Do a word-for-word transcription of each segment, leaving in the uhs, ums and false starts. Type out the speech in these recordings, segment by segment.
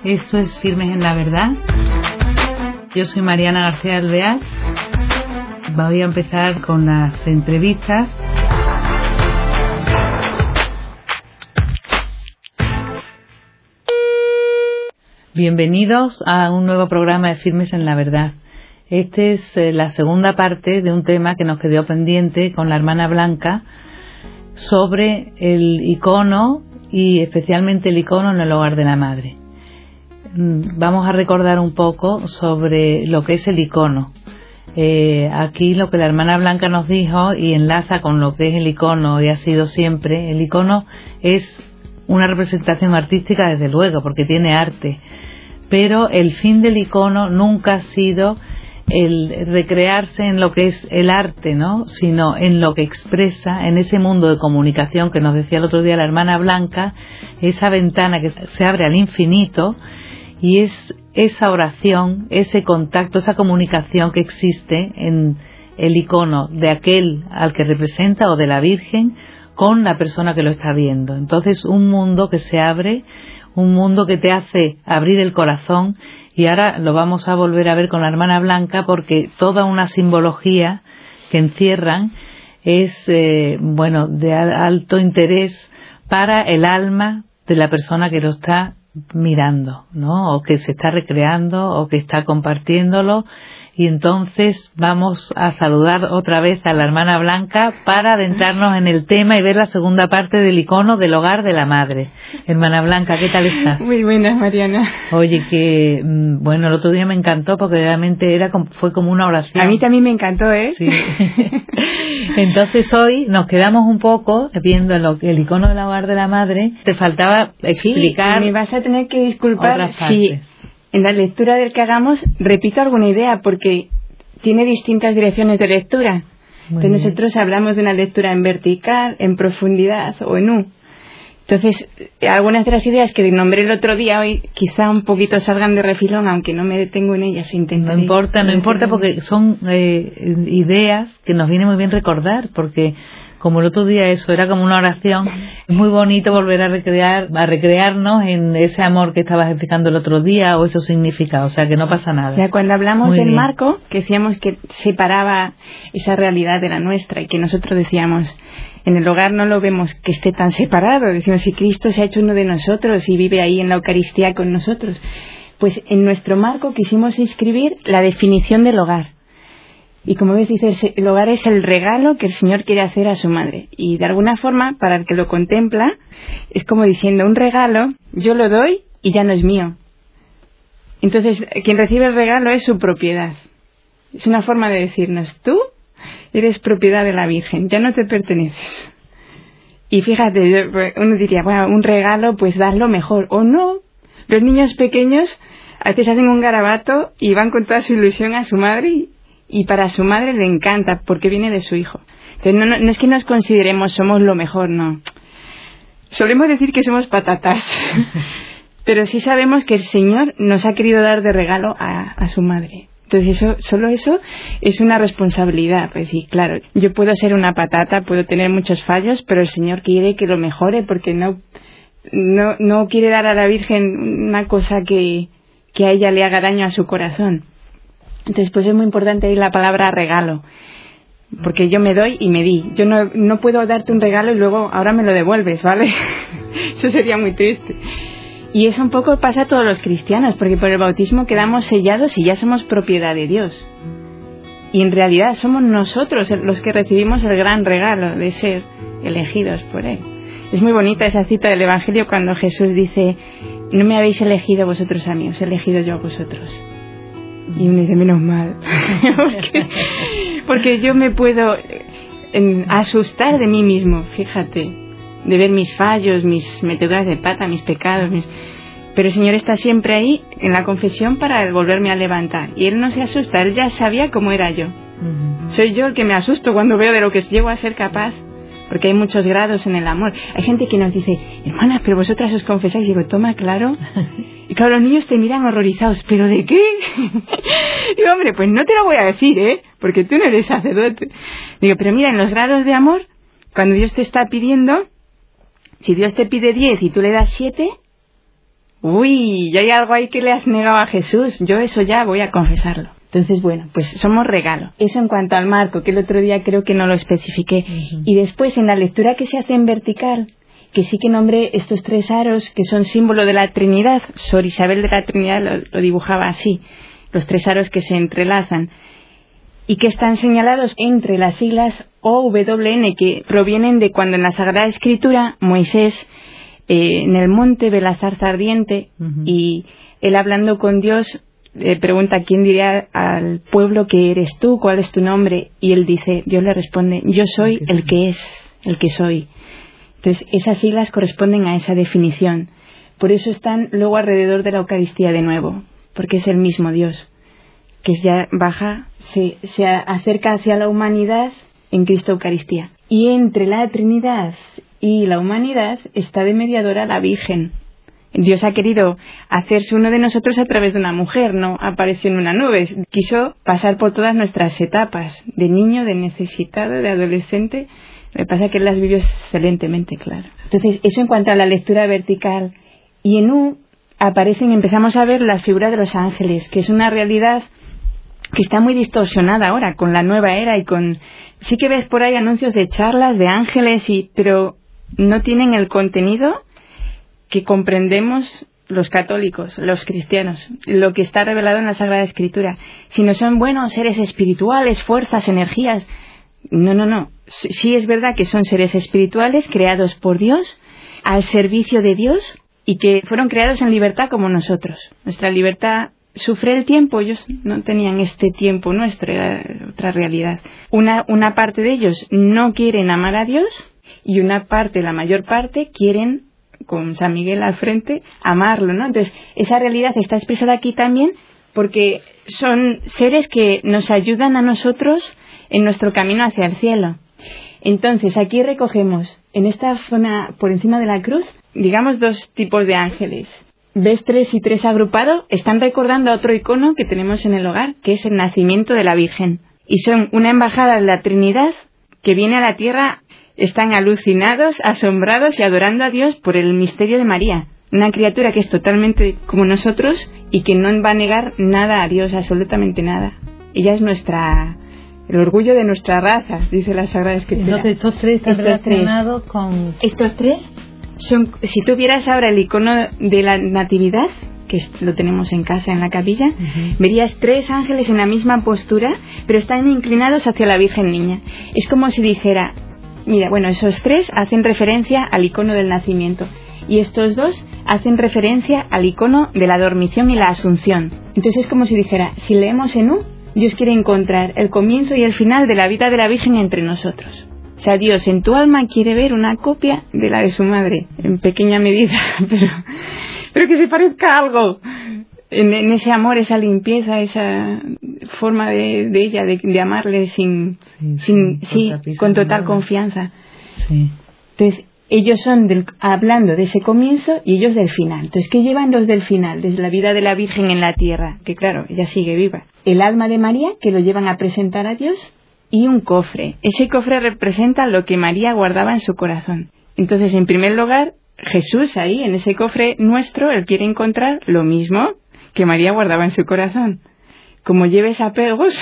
Esto es Firmes en la Verdad. Yo soy Mariana García Alvear. Voy a empezar con las entrevistas. Bienvenidos a un nuevo programa de Firmes en la Verdad. Esta es eh, la segunda parte de un tema que nos quedó pendiente con la hermana Blanca sobre el icono y especialmente el icono en el hogar de la madre. Vamos a recordar un poco sobre lo que es el icono. Eh, aquí lo que la hermana Blanca nos dijo y enlaza con lo que es el icono y ha sido siempre. El icono es una representación artística, desde luego, porque tiene arte, pero el fin del icono nunca ha sido el recrearse en lo que es el arte, ¿no?, sino en lo que expresa, en ese mundo de comunicación que nos decía el otro día la hermana Blanca, esa ventana que se abre al infinito, y es esa oración, ese contacto, esa comunicación que existe en el icono de aquel al que representa o de la Virgen con la persona que lo está viendo. Entonces, un mundo que se abre, un mundo que te hace abrir el corazón. Y ahora lo vamos a volver a ver con la hermana Blanca, porque toda una simbología que encierran es eh, bueno, de alto interés para el alma de la persona que lo está mirando, ¿no?, o que se está recreando o que está compartiéndolo. Y entonces vamos a saludar otra vez a la hermana Blanca para adentrarnos en el tema y ver la segunda parte del icono del hogar de la madre. Hermana Blanca, ¿qué tal estás? Muy buenas, Mariana. Oye, que bueno, el otro día me encantó porque realmente era fue como una oración. A mí también me encantó, ¿eh? Sí. Entonces hoy nos quedamos un poco viendo lo que el icono del hogar de la madre. Te faltaba explicar. Sí, me vas a tener que disculpar si en la lectura del que hagamos repito alguna idea, porque tiene distintas direcciones de lectura. Muy Entonces bien. Nosotros hablamos de una lectura en vertical, en profundidad o en U. Entonces, algunas de las ideas que nombré el otro día hoy quizá un poquito salgan de refilón, aunque no me detengo en ellas. No importa, no importa, porque son eh, ideas que nos viene muy bien recordar, porque como el otro día eso era como una oración, es muy bonito volver a recrear, a recrearnos en ese amor que estabas explicando el otro día o eso significa, o sea que no pasa nada. O sea, cuando hablamos muy del bien. marco, que decíamos que separaba esa realidad de la nuestra y que nosotros decíamos, en el hogar no lo vemos que esté tan separado, decimos si Cristo se ha hecho uno de nosotros y vive ahí en la Eucaristía con nosotros, pues en nuestro marco quisimos inscribir la definición del hogar. Y como ves, dice, el hogar es el regalo que el Señor quiere hacer a su madre. Y de alguna forma, para el que lo contempla, es como diciendo, un regalo, yo lo doy y ya no es mío. Entonces, quien recibe el regalo es su propiedad. Es una forma de decirnos, tú eres propiedad de la Virgen, ya no te perteneces. Y fíjate, uno diría, bueno, un regalo, pues dadlo mejor. O no, los niños pequeños a veces hacen un garabato y van con toda su ilusión a su madre y Y para su madre le encanta porque viene de su hijo. Entonces no, no, no es que nos consideremos somos lo mejor, no. Solemos decir que somos patatas, pero sí sabemos que el Señor nos ha querido dar de regalo a, a su madre. Entonces eso, solo eso es una responsabilidad. Pues sí, claro, yo puedo ser una patata, puedo tener muchos fallos, pero el Señor quiere que lo mejore porque no, no, no quiere dar a la Virgen una cosa que, que a ella le haga daño a su corazón. Entonces, pues es muy importante ahí la palabra regalo, porque yo me doy y me di. Yo no, no puedo darte un regalo y luego ahora me lo devuelves, ¿vale? Eso sería muy triste. Y eso un poco pasa a todos los cristianos, porque por el bautismo quedamos sellados y ya somos propiedad de Dios. Y en realidad somos nosotros los que recibimos el gran regalo de ser elegidos por Él. Es muy bonita esa cita del Evangelio cuando Jesús dice, no me habéis elegido vosotros a mí, os he elegido yo a vosotros. Y uno dice, menos mal, porque, porque yo me puedo eh, asustar de mí mismo, fíjate, de ver mis fallos, mis meteduras de pata, mis pecados, mis... pero el Señor está siempre ahí en la confesión para volverme a levantar, y Él no se asusta, Él ya sabía cómo era yo. Uh-huh. Soy yo el que me asusto cuando veo de lo que llego a ser capaz, porque hay muchos grados en el amor. Hay gente que nos dice, hermanas, pero vosotras os confesáis. Y digo, toma, claro. Y claro, los niños te miran horrorizados. ¿Pero de qué? Digo, hombre, pues no te lo voy a decir, ¿eh? Porque tú no eres sacerdote. Digo, pero mira, en los grados de amor, cuando Dios te está pidiendo, si Dios te pide diez y tú le das siete, uy, ya hay algo ahí que le has negado a Jesús, yo eso ya voy a confesarlo. Entonces, bueno, pues somos regalo. Eso en cuanto al marco, que el otro día creo que no lo especifiqué. Uh-huh. Y después, en la lectura que se hace en vertical, que sí que nombré estos tres aros, que son símbolo de la Trinidad. Sor Isabel de la Trinidad lo, lo dibujaba así, los tres aros que se entrelazan, y que están señalados entre las siglas O W N, que provienen de cuando en la Sagrada Escritura Moisés, eh, en el monte ve la zarza ardiente, uh-huh. y él hablando con Dios, le pregunta quién diría al pueblo que eres tú, cuál es tu nombre, y él dice, Dios le responde, yo soy el que es, el que soy. Entonces esas siglas corresponden a esa definición. Por eso están luego alrededor de la Eucaristía de nuevo, porque es el mismo Dios que ya baja, se, se acerca hacia la humanidad en Cristo Eucaristía. Y entre la Trinidad y la humanidad está de mediadora la Virgen. Dios ha querido hacerse uno de nosotros a través de una mujer, no apareció en una nube. Quiso pasar por todas nuestras etapas, de niño, de necesitado, de adolescente. Lo que pasa es que él las vivió excelentemente, claro. Entonces, eso en cuanto a la lectura vertical. Y en U aparecen, empezamos a ver las figuras de los ángeles, que es una realidad que está muy distorsionada ahora con la nueva era y con... Sí que ves por ahí anuncios de charlas de ángeles, y pero no tienen el contenido que comprendemos los católicos, los cristianos, lo que está revelado en la Sagrada Escritura. Si no son buenos seres espirituales, fuerzas, energías... No, no, no. Sí es verdad que son seres espirituales creados por Dios, al servicio de Dios, y que fueron creados en libertad como nosotros. Nuestra libertad sufre el tiempo, ellos no tenían este tiempo nuestro, era otra realidad. Una, una parte de ellos no quieren amar a Dios, y una parte, la mayor parte, quieren, con San Miguel al frente, amarlo, ¿no? Entonces, esa realidad está expresada aquí también, porque son seres que nos ayudan a nosotros en nuestro camino hacia el cielo. Entonces, aquí recogemos, en esta zona por encima de la cruz, digamos dos tipos de ángeles. ¿Ves tres y tres agrupados? Están recordando a otro icono que tenemos en el hogar, que es el nacimiento de la Virgen. Y son una embajada de la Trinidad que viene a la tierra, están alucinados, asombrados y adorando a Dios por el misterio de María. Una criatura que es totalmente como nosotros y que no va a negar nada a Dios, absolutamente nada. Ella es nuestra... el orgullo de nuestra raza, dice la Sagrada Escritura. Entonces, estos tres están estos relacionados tres. con... Estos tres son... Si tú vieras ahora el icono de la Natividad, que lo tenemos en casa, en la capilla, uh-huh. verías tres ángeles en la misma postura, pero están inclinados hacia la Virgen Niña. Es como si dijera... Mira, bueno, esos tres hacen referencia al icono del nacimiento. Y estos dos hacen referencia al icono de la dormición y la asunción. Entonces es como si dijera, si leemos en U, Dios quiere encontrar el comienzo y el final de la vida de la Virgen entre nosotros. O sea, Dios en tu alma quiere ver una copia de la de su madre, en pequeña medida, pero, pero que se parezca a algo. En, en ese amor, esa limpieza, esa forma de, de ella, de, de amarle sin, sí, sin, sí, sí con total confianza. Sí. Entonces, ellos son del, hablando de ese comienzo y ellos del final. Entonces, ¿qué llevan los del final? Desde la vida de la Virgen en la tierra, que claro, ella sigue viva. El alma de María, que lo llevan a presentar a Dios, y un cofre. Ese cofre representa lo que María guardaba en su corazón. Entonces, en primer lugar, Jesús ahí, en ese cofre nuestro, él quiere encontrar lo mismo que María guardaba en su corazón. Como lleves apegos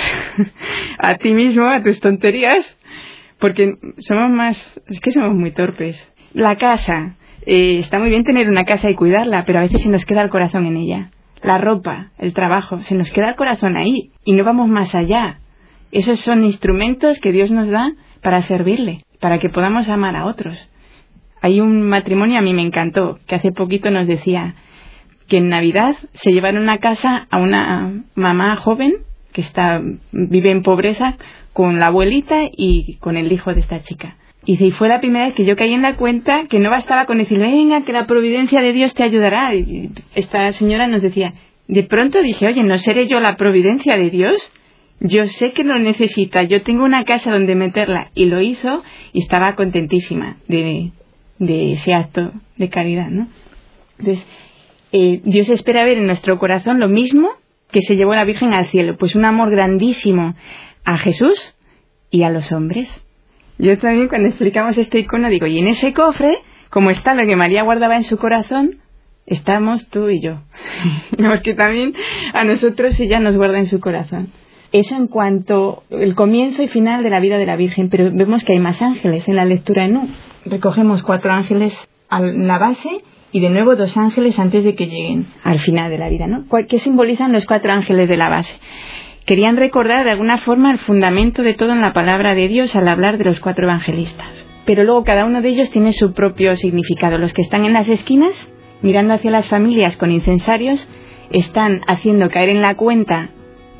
a ti mismo, a tus tonterías, porque somos más, es que somos muy torpes. La casa, eh, está muy bien tener una casa y cuidarla, pero a veces se nos queda el corazón en ella. La ropa, el trabajo, se nos queda el corazón ahí y no vamos más allá. Esos son instrumentos que Dios nos da para servirle, para que podamos amar a otros. Hay un matrimonio, a mí me encantó, que hace poquito nos decía que en Navidad se llevaron a casa a una mamá joven que está vive en pobreza con la abuelita y con el hijo de esta chica. Y dice, y fue la primera vez que yo caí en la cuenta que no bastaba con decir, venga, que la providencia de Dios te ayudará. Y esta señora nos decía, de pronto dije, oye, ¿no seré yo la providencia de Dios? Yo sé que lo necesita, yo tengo una casa donde meterla. Y lo hizo y estaba contentísima de, de ese acto de caridad, ¿no? Entonces, eh, Dios espera ver en nuestro corazón lo mismo que se llevó la Virgen al cielo, pues un amor grandísimo a Jesús y a los hombres. Yo también cuando explicamos este icono digo, y en ese cofre, como está lo que María guardaba en su corazón, estamos tú y yo. Porque también a nosotros ella nos guarda en su corazón. Eso en cuanto al comienzo y final de la vida de la Virgen, pero vemos que hay más ángeles en la lectura en U. Recogemos cuatro ángeles en la base y de nuevo dos ángeles antes de que lleguen al final de la vida, ¿no? ¿Qué simbolizan los cuatro ángeles de la base? Querían recordar de alguna forma el fundamento de todo en la palabra de Dios al hablar de los cuatro evangelistas. Pero luego cada uno de ellos tiene su propio significado. Los que están en las esquinas, mirando hacia las familias con incensarios, están haciendo caer en la cuenta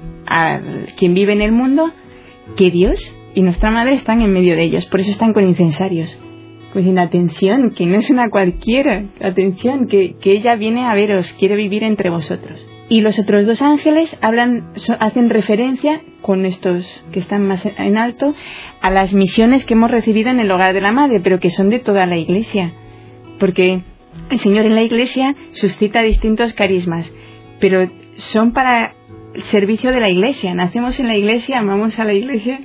a quien vive en el mundo que Dios y nuestra Madre están en medio de ellos. Por eso están con incensarios. Pues diciendo, atención, que no es una cualquiera. Atención, que, que ella viene a veros, quiere vivir entre vosotros. Y los otros dos ángeles hablan, so, hacen referencia, con estos que están más en alto, a las misiones que hemos recibido en el hogar de la Madre, pero que son de toda la Iglesia. Porque el Señor en la Iglesia suscita distintos carismas, pero son para el servicio de la Iglesia. Nacemos en la Iglesia, amamos a la Iglesia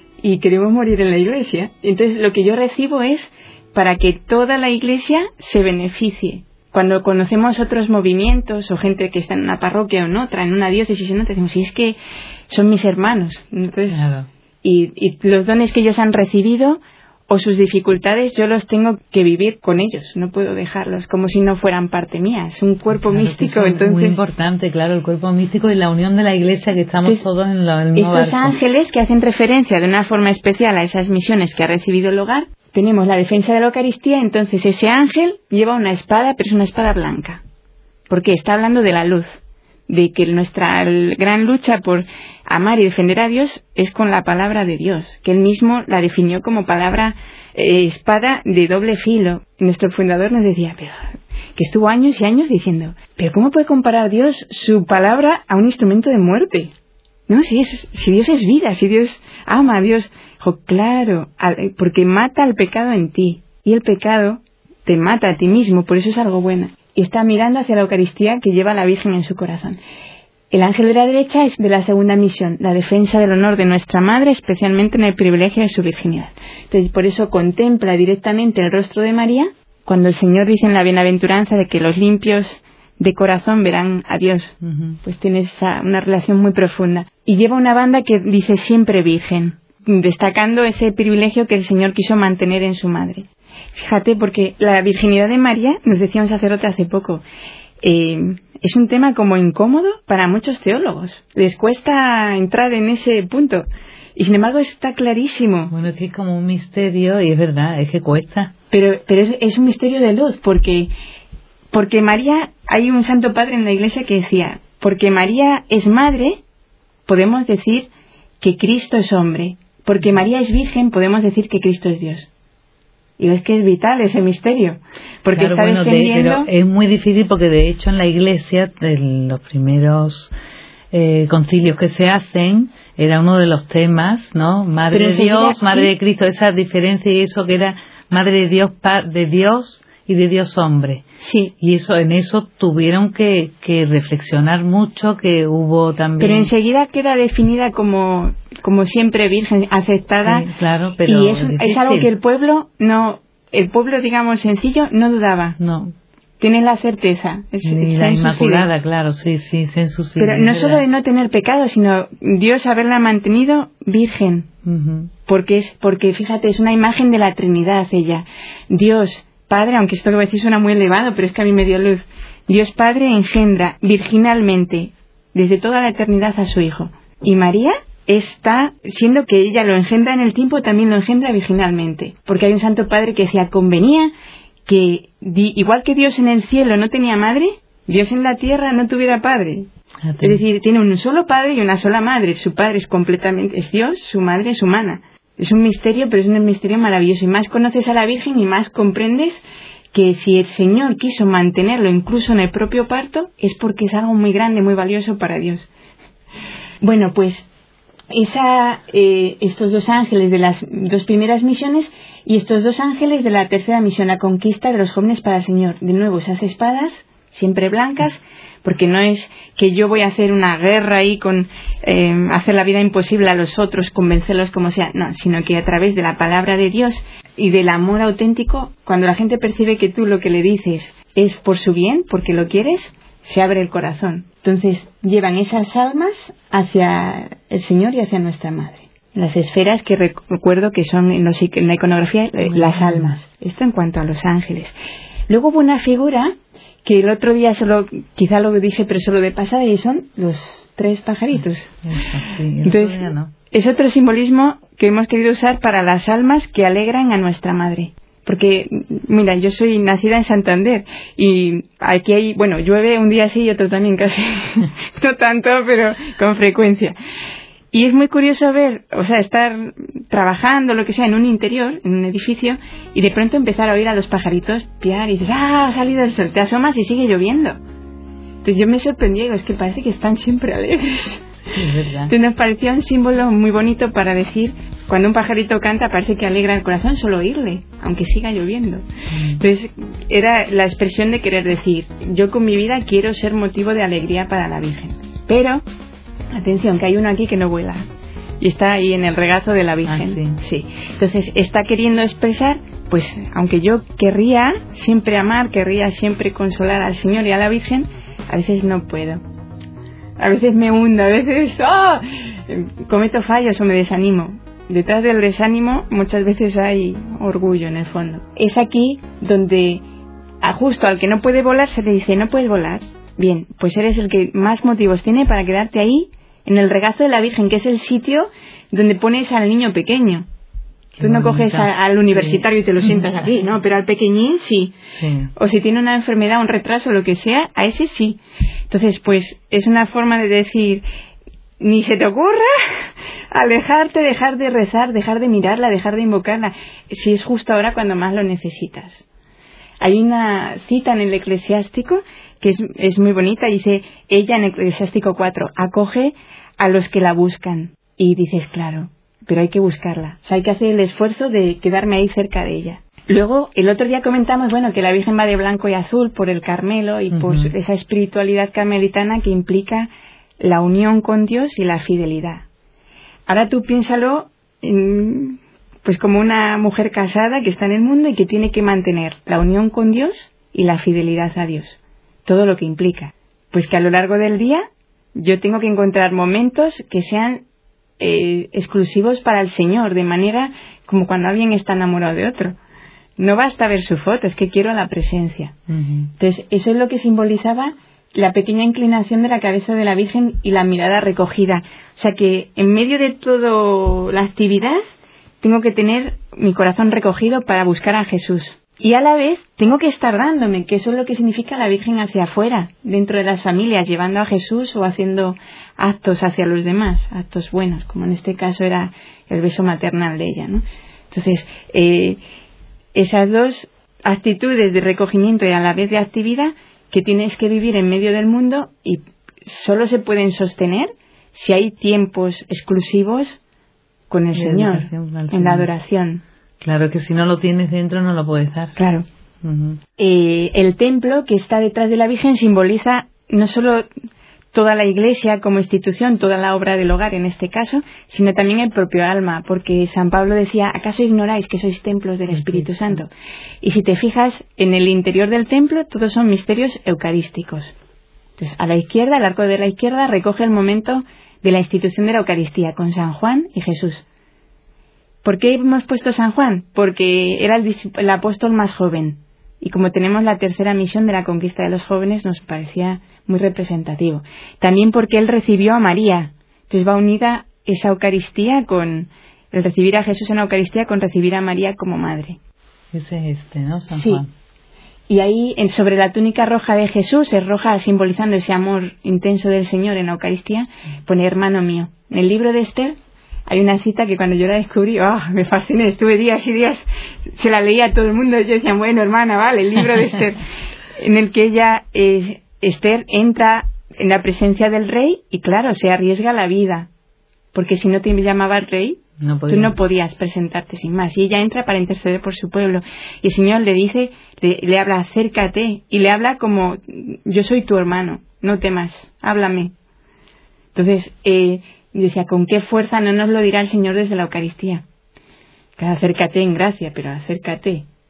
y queremos morir en la Iglesia. Entonces lo que yo recibo es para que toda la Iglesia se beneficie. Cuando conocemos otros movimientos o gente que está en una parroquia o en otra, en una diócesis o en otra, decimos, sí, es que son mis hermanos. Entonces, claro. y, y los dones que ellos han recibido o sus dificultades, yo los tengo que vivir con ellos. No puedo dejarlos como si no fueran parte mía. Es un cuerpo claro, místico. Es entonces muy importante, claro, el cuerpo místico y la unión de la Iglesia, que estamos pues, todos en lo, el mismo estos barco. Ángeles que hacen referencia de una forma especial a esas misiones que ha recibido el hogar. Tenemos la defensa de la Eucaristía, entonces ese ángel lleva una espada, pero es una espada blanca. Porque está hablando de la luz, de que nuestra gran lucha por amar y defender a Dios es con la palabra de Dios, que él mismo la definió como palabra, eh, espada de doble filo. Nuestro fundador nos decía, pero que estuvo años y años diciendo, pero ¿cómo puede comparar Dios su palabra a un instrumento de muerte? No, si, es, si Dios es vida, si Dios ama a Dios. Dijo, claro, porque mata al pecado en ti. Y el pecado te mata a ti mismo, por eso es algo bueno. Y está mirando hacia la Eucaristía que lleva la Virgen en su corazón. El ángel de la derecha es de la segunda misión, la defensa del honor de nuestra Madre, especialmente en el privilegio de su virginidad. Entonces, por eso contempla directamente el rostro de María, cuando el Señor dice en la bienaventuranza de que los limpios de corazón verán a Dios. Uh-huh. Pues tiene esa, una relación muy profunda. Y lleva una banda que dice siempre virgen, destacando ese privilegio que el Señor quiso mantener en su madre. Fíjate, porque la virginidad de María, nos decía un sacerdote hace poco, eh, es un tema como incómodo para muchos teólogos. Les cuesta entrar en ese punto. Y sin embargo está clarísimo. Bueno, es que es como un misterio, y es verdad, es que cuesta. Pero, pero es, es un misterio de luz, porque... Porque María, hay un santo padre en la Iglesia que decía, porque María es madre, podemos decir que Cristo es hombre. Porque María es virgen, podemos decir que Cristo es Dios. Y es que es vital ese misterio. Porque claro, está bueno, defendiendo... de, pero es muy difícil porque de hecho en la Iglesia, en los primeros eh, concilios que se hacen, era uno de los temas, ¿no? Madre pero de Dios, Madre de Cristo, esa diferencia y eso que era Madre de Dios, pa, de Dios y de Dios hombre. Sí. Y eso, en eso tuvieron que, que reflexionar mucho, que hubo también... Pero enseguida queda definida como, como siempre virgen, aceptada. Sí, claro, pero y es, es algo que el pueblo no, el pueblo digamos sencillo no dudaba. No. Tienen la certeza. Es, Ni la Inmaculada, claro, sí, sí, sensus fide. Pero no solo de no tener pecado, sino Dios haberla mantenido virgen. Uh-huh. Porque es, porque fíjate, es una imagen de la Trinidad ella. Dios Padre, aunque esto que voy a decir suena muy elevado, pero es que a mí me dio luz. Dios Padre engendra virginalmente desde toda la eternidad a su Hijo. Y María está, siendo que ella lo engendra en el tiempo, también lo engendra virginalmente. Porque hay un Santo Padre que decía, convenía que, di, igual que Dios en el cielo no tenía madre, Dios en la tierra no tuviera padre. Es decir, tiene un solo padre y una sola madre. Su padre es completamente, es Dios, su madre es humana. Es un misterio, pero es un misterio maravilloso. Y más conoces a la Virgen y más comprendes que si el Señor quiso mantenerlo incluso en el propio parto, es porque es algo muy grande, muy valioso para Dios. Bueno, pues esa, eh, estos dos ángeles de las dos primeras misiones y estos dos ángeles de la tercera misión, la conquista de los jóvenes para el Señor. De nuevo, esas espadas, siempre blancas, porque no es que yo voy a hacer una guerra ahí con eh, hacer la vida imposible a los otros, convencerlos como sea, no, sino que a través de la palabra de Dios y del amor auténtico, cuando la gente percibe que tú lo que le dices es por su bien, porque lo quieres, se abre el corazón. Entonces llevan esas almas hacia el Señor y hacia nuestra Madre. Las esferas que recuerdo que son en, los, en la iconografía eh, las almas. Esto en cuanto a los ángeles. Luego hubo una figura que el otro día solo, quizá lo dije, pero solo de pasada, y son los tres pajaritos. Sí, entonces, no. Es otro simbolismo que hemos querido usar para las almas que alegran a nuestra Madre. Porque, mira, yo soy nacida en Santander y aquí hay, bueno, llueve un día sí y otro también casi, no tanto, pero con frecuencia. Y es muy curioso ver, o sea, estar trabajando, lo que sea, en un interior, en un edificio, y de pronto empezar a oír a los pajaritos piar y dices, ¡ah, ha salido el sol! Te asomas y sigue lloviendo. Entonces yo me sorprendí, digo, es que parece que están siempre alegres. Sí, es verdad. Entonces nos pareció un símbolo muy bonito para decir, cuando un pajarito canta parece que alegra el corazón solo oírle, aunque siga lloviendo. Mm. Entonces era la expresión de querer decir, yo con mi vida quiero ser motivo de alegría para la Virgen. Pero, atención, que hay uno aquí que no vuela y está ahí en el regazo de la Virgen. Ah, sí. Sí. Entonces está queriendo expresar, pues aunque yo querría siempre amar, querría siempre consolar al Señor y a la Virgen, a veces no puedo. A veces me hundo, a veces ¡oh! cometo fallos o me desanimo. Detrás del desánimo muchas veces hay orgullo en el fondo. Es aquí donde a justo al que no puede volar se le dice, no puedes volar. Bien, pues eres el que más motivos tiene para quedarte ahí, en el regazo de la Virgen, que es el sitio donde pones al niño pequeño. Qué Tú no bonita. Coges a, al universitario sí. y te lo sientas aquí, ¿no? Pero al pequeñín sí. sí. O si tiene una enfermedad, un retraso, lo que sea, a ese sí. Entonces, pues es una forma de decir, ni se te ocurra alejarte, dejar de rezar, dejar de mirarla, dejar de invocarla, si es justo ahora cuando más lo necesitas. Hay una cita en el Eclesiástico que es, es muy bonita, dice ella en Eclesiástico cuatro, acoge a los que la buscan. Y dices, claro, pero hay que buscarla. O sea, hay que hacer el esfuerzo de quedarme ahí cerca de ella. Luego, el otro día comentamos, bueno, que la Virgen va de blanco y azul por el Carmelo y uh-huh. por esa espiritualidad carmelitana que implica la unión con Dios y la fidelidad. Ahora tú piénsalo en, pues como una mujer casada que está en el mundo y que tiene que mantener la unión con Dios y la fidelidad a Dios. Todo lo que implica. Pues que a lo largo del día yo tengo que encontrar momentos que sean eh, exclusivos para el Señor, de manera como cuando alguien está enamorado de otro. No basta ver su foto, es que quiero la presencia. Uh-huh. Entonces, eso es lo que simbolizaba la pequeña inclinación de la cabeza de la Virgen y la mirada recogida. O sea que en medio de toda la actividad tengo que tener mi corazón recogido para buscar a Jesús. Y a la vez tengo que estar dándome, que eso es lo que significa la Virgen hacia afuera, dentro de las familias, llevando a Jesús o haciendo actos hacia los demás, actos buenos, como en este caso era el beso maternal de ella, ¿no? Entonces, eh, esas dos actitudes de recogimiento y a la vez de actividad que tienes que vivir en medio del mundo y solo se pueden sostener si hay tiempos exclusivos con el Señor, en la adoración. Claro, que si no lo tienes dentro no lo puedes dar. Claro. Uh-huh. Eh, el templo que está detrás de la Virgen simboliza no solo toda la Iglesia como institución, toda la obra del hogar en este caso, sino también el propio alma, porque San Pablo decía, ¿acaso ignoráis que sois templos del Espíritu Santo? Y si te fijas, en el interior del templo todos son misterios eucarísticos. Entonces, a la izquierda, el arco de la izquierda recoge el momento de la institución de la Eucaristía con San Juan y Jesús. ¿Por qué hemos puesto San Juan? Porque era el, el apóstol más joven. Y como tenemos la tercera misión de la conquista de los jóvenes, nos parecía muy representativo. También porque él recibió a María. Entonces va unida esa Eucaristía con el recibir a Jesús en la Eucaristía con recibir a María como madre. Ese es este, ¿no? San sí. Juan. Y ahí, en, sobre la túnica roja de Jesús, es roja simbolizando ese amor intenso del Señor en la Eucaristía, pone hermano mío. En el libro de Esther hay una cita que cuando yo la descubrí, oh, me fasciné, estuve días y días, se la leía a todo el mundo, yo decía, bueno, hermana, vale, el libro de Esther, en el que ella, eh, Esther, entra en la presencia del rey y claro, se arriesga la vida, porque si no te llamaba rey, no tú no podías presentarte sin más, y ella entra para interceder por su pueblo, y el Señor le dice, le, le habla, acércate, y le habla como, yo soy tu hermano, no temas, háblame. Entonces, eh, y decía, ¿con qué fuerza no nos lo dirá el Señor desde la Eucaristía? Claro, acércate en gracia, pero acércate.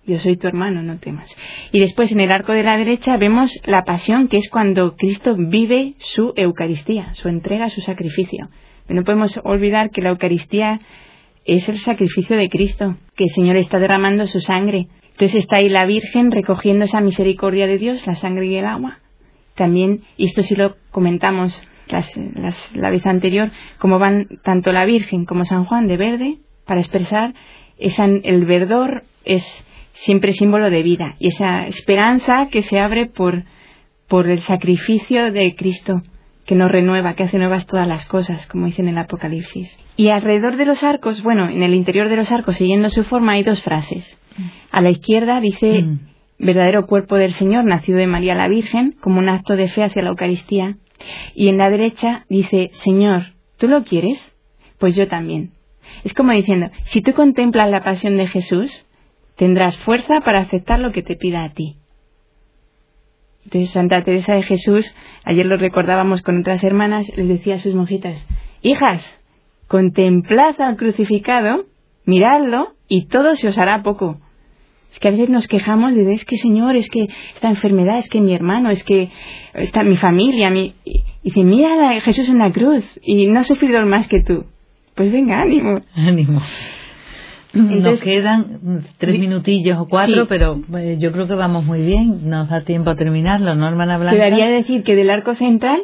yo soy tu hermano, no temas. Y después en el arco de la derecha vemos la pasión, que es cuando Cristo vive su Eucaristía, su entrega, su sacrificio. Pero no podemos olvidar que la Eucaristía es el sacrificio de Cristo, que el Señor está derramando su sangre. Entonces está ahí la Virgen recogiendo esa misericordia de Dios, la sangre y el agua. También, y esto sí lo comentamos las, las, la vez anterior, como van tanto la Virgen como San Juan de verde, para expresar esa, el verdor es siempre símbolo de vida y esa esperanza que se abre por, por el sacrificio de Cristo, que nos renueva, que hace nuevas todas las cosas, como dice en el Apocalipsis. Y alrededor de los arcos, bueno, en el interior de los arcos, siguiendo su forma, hay dos frases. A la izquierda dice, mm. verdadero cuerpo del Señor, nacido de María la Virgen, como un acto de fe hacia la Eucaristía. Y en la derecha dice, Señor, ¿tú lo quieres? Pues yo también. Es como diciendo, si tú contemplas la pasión de Jesús, tendrás fuerza para aceptar lo que te pida a ti. Entonces Santa Teresa de Jesús, ayer lo recordábamos con otras hermanas, les decía a sus monjitas, hijas, contemplad al crucificado, miradlo y todo se os hará poco. Es que a veces nos quejamos de, es que Señor, es que esta enfermedad, es que mi hermano, es que está mi familia, mi... y dice, mira a Jesús en la cruz y no ha sufrido más que tú. Pues venga, ánimo. Ánimo. Entonces, nos quedan tres minutillos o cuatro, sí. pero eh, yo creo que vamos muy bien. Nos da tiempo a terminarlo, ¿no, hermana Blanca? Quedaría decir que del arco central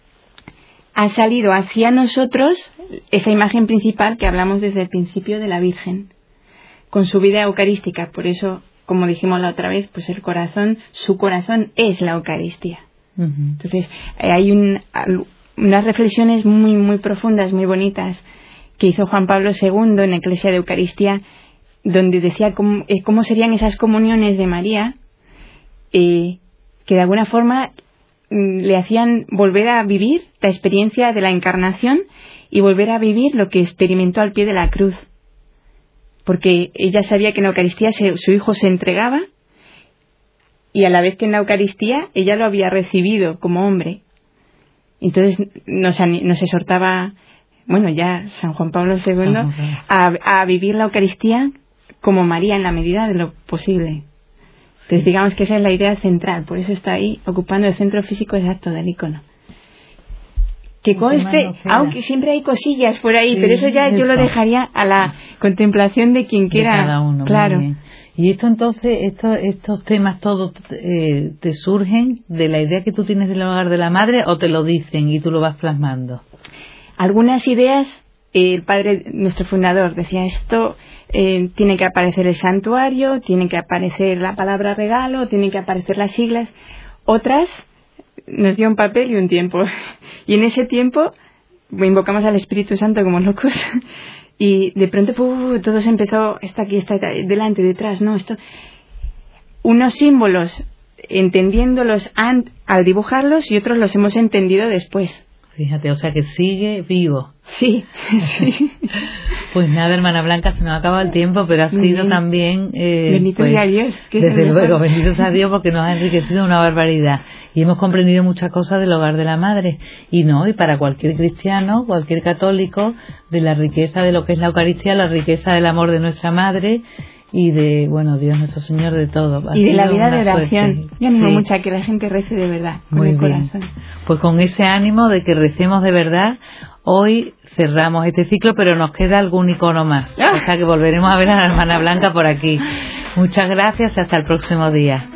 ha salido hacia nosotros esa imagen principal que hablamos desde el principio de la Virgen, con su vida eucarística. Por eso, como dijimos la otra vez, pues el corazón, su corazón es la Eucaristía. Uh-huh. Entonces, hay un, unas reflexiones muy, muy profundas, muy bonitas, que hizo Juan Pablo segundo en la Iglesia de Eucaristía, donde decía cómo, eh, cómo serían esas comuniones de María, eh, que de alguna forma mm, le hacían volver a vivir la experiencia de la encarnación y volver a vivir lo que experimentó al pie de la cruz. Porque ella sabía que en la Eucaristía se, su hijo se entregaba y a la vez que en la Eucaristía ella lo había recibido como hombre. Entonces nos, nos exhortaba, bueno, ya San Juan Pablo segundo, a, a vivir la Eucaristía como María en la medida de lo posible. Entonces digamos que esa es la idea central, por eso está ahí ocupando el centro físico exacto del icono. Que conste, aunque siempre hay cosillas por ahí, sí, pero eso ya eso. Yo lo dejaría a la contemplación de quien quiera. De cada uno, claro. Y esto entonces, esto, estos temas todos eh, te surgen de la idea que tú tienes del hogar de la madre o te lo dicen y tú lo vas plasmando. Algunas ideas, eh, el padre, nuestro fundador, decía esto, eh, tiene que aparecer el santuario, tiene que aparecer la palabra regalo, tienen que aparecer las siglas. Otras nos dio un papel y un tiempo. Y en ese tiempo invocamos al Espíritu Santo como locos. Y de pronto uh, todo se empezó, está aquí, está delante, detrás, no, esto. Unos símbolos, entendiéndolos an, al dibujarlos y otros los hemos entendido después. Fíjate, o sea que sigue vivo. Sí, sí. Pues nada, hermana Blanca, se nos acaba el tiempo, pero ha sido bien. También... Eh, bendito pues, sea Dios. Desde luego, bendito sea Dios porque nos ha enriquecido una barbaridad. Y hemos comprendido muchas cosas del hogar de la madre. Y no, y para cualquier cristiano, cualquier católico, de la riqueza de lo que es la Eucaristía, la riqueza del amor de nuestra madre y de, bueno, Dios nuestro Señor, de todo. Ha y de la vida de oración. Yo animo sí. mucho a que la gente rece de verdad, con Muy el bien. corazón. Pues con ese ánimo de que recemos de verdad, hoy cerramos este ciclo, pero nos queda algún icono más. ¡Ah! O sea que volveremos a ver a la hermana Blanca por aquí. Muchas gracias y hasta el próximo día.